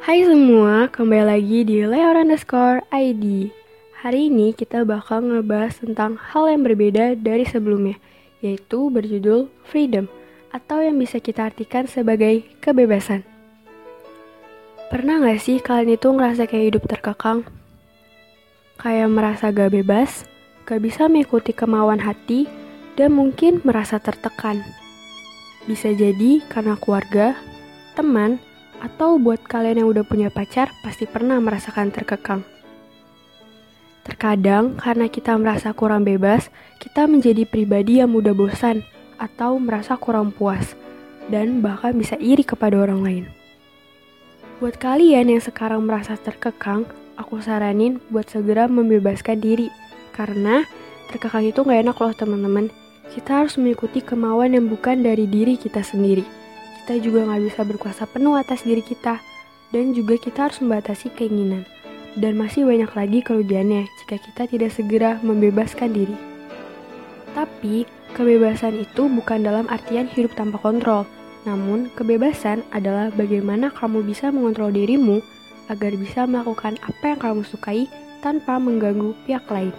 Hai semua, kembali lagi di Leor_ID. Hari ini kita bakal ngebahas tentang hal yang berbeda dari sebelumnya, yaitu berjudul freedom, atau yang bisa kita artikan sebagai kebebasan. Pernah gak sih kalian itu ngerasa kayak hidup terkekang? Kayak merasa gak bebas, gak bisa mengikuti kemauan hati, dan mungkin merasa tertekan. Bisa jadi karena keluarga, teman, atau buat kalian yang udah punya pacar, pasti pernah merasakan terkekang. Terkadang, karena kita merasa kurang bebas, kita menjadi pribadi yang mudah bosan, atau merasa kurang puas, dan bahkan bisa iri kepada orang lain. Buat kalian yang sekarang merasa terkekang, aku saranin buat segera membebaskan diri, karena terkekang itu gak enak loh teman-teman. Kita harus mengikuti kemauan yang bukan dari diri kita sendiri. Kita juga gak bisa berkuasa penuh atas diri kita, dan juga kita harus membatasi keinginan. Dan masih banyak lagi kerugiannya jika kita tidak segera membebaskan diri. Tapi, kebebasan itu bukan dalam artian hidup tanpa kontrol. Namun, kebebasan adalah bagaimana kamu bisa mengontrol dirimu agar bisa melakukan apa yang kamu sukai tanpa mengganggu pihak lain.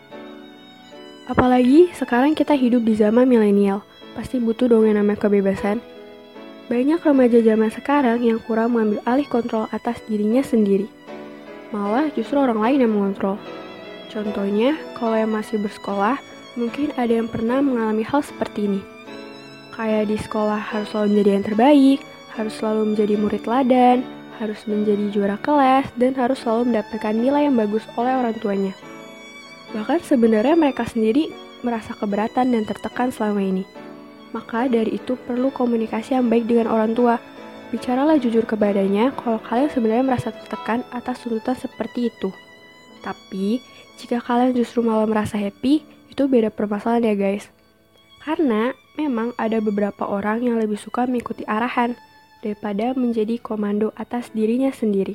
Apalagi sekarang kita hidup di zaman milenial, pasti butuh dong yang namanya kebebasan. Banyak remaja zaman sekarang yang kurang mengambil alih kontrol atas dirinya sendiri. Malah justru orang lain yang mengontrol. Contohnya, kalau yang masih bersekolah, mungkin ada yang pernah mengalami hal seperti ini. Kayak di sekolah harus selalu menjadi yang terbaik, harus selalu menjadi murid teladan, harus menjadi juara kelas, dan harus selalu mendapatkan nilai yang bagus oleh orang tuanya. Bahkan sebenarnya mereka sendiri merasa keberatan dan tertekan selama ini. Maka dari itu perlu komunikasi yang baik dengan orang tua. Bicaralah jujur kepadanya kalau kalian sebenarnya merasa tertekan atas tuntutan seperti itu. Tapi, jika kalian justru malah merasa happy, itu beda permasalahan ya guys. Karena memang ada beberapa orang yang lebih suka mengikuti arahan daripada menjadi komando atas dirinya sendiri.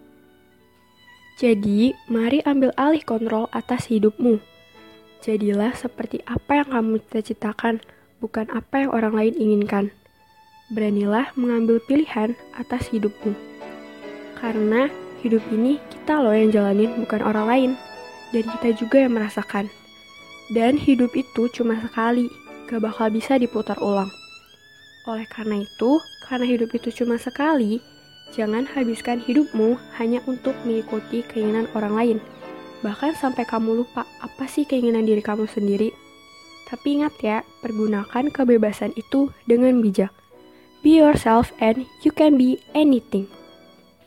Jadi, mari ambil alih kontrol atas hidupmu. Jadilah seperti apa yang kamu cita-citakan, bukan apa yang orang lain inginkan. Beranilah mengambil pilihan atas hidupmu. Karena hidup ini kita loh yang jalanin, bukan orang lain. Dan kita juga yang merasakan. Dan hidup itu cuma sekali, gak bakal bisa diputar ulang. Oleh karena itu, karena hidup itu cuma sekali, jangan habiskan hidupmu hanya untuk mengikuti keinginan orang lain. Bahkan sampai kamu lupa apa sih keinginan diri kamu sendiri. Tapi ingat ya, pergunakan kebebasan itu dengan bijak. Be yourself and you can be anything.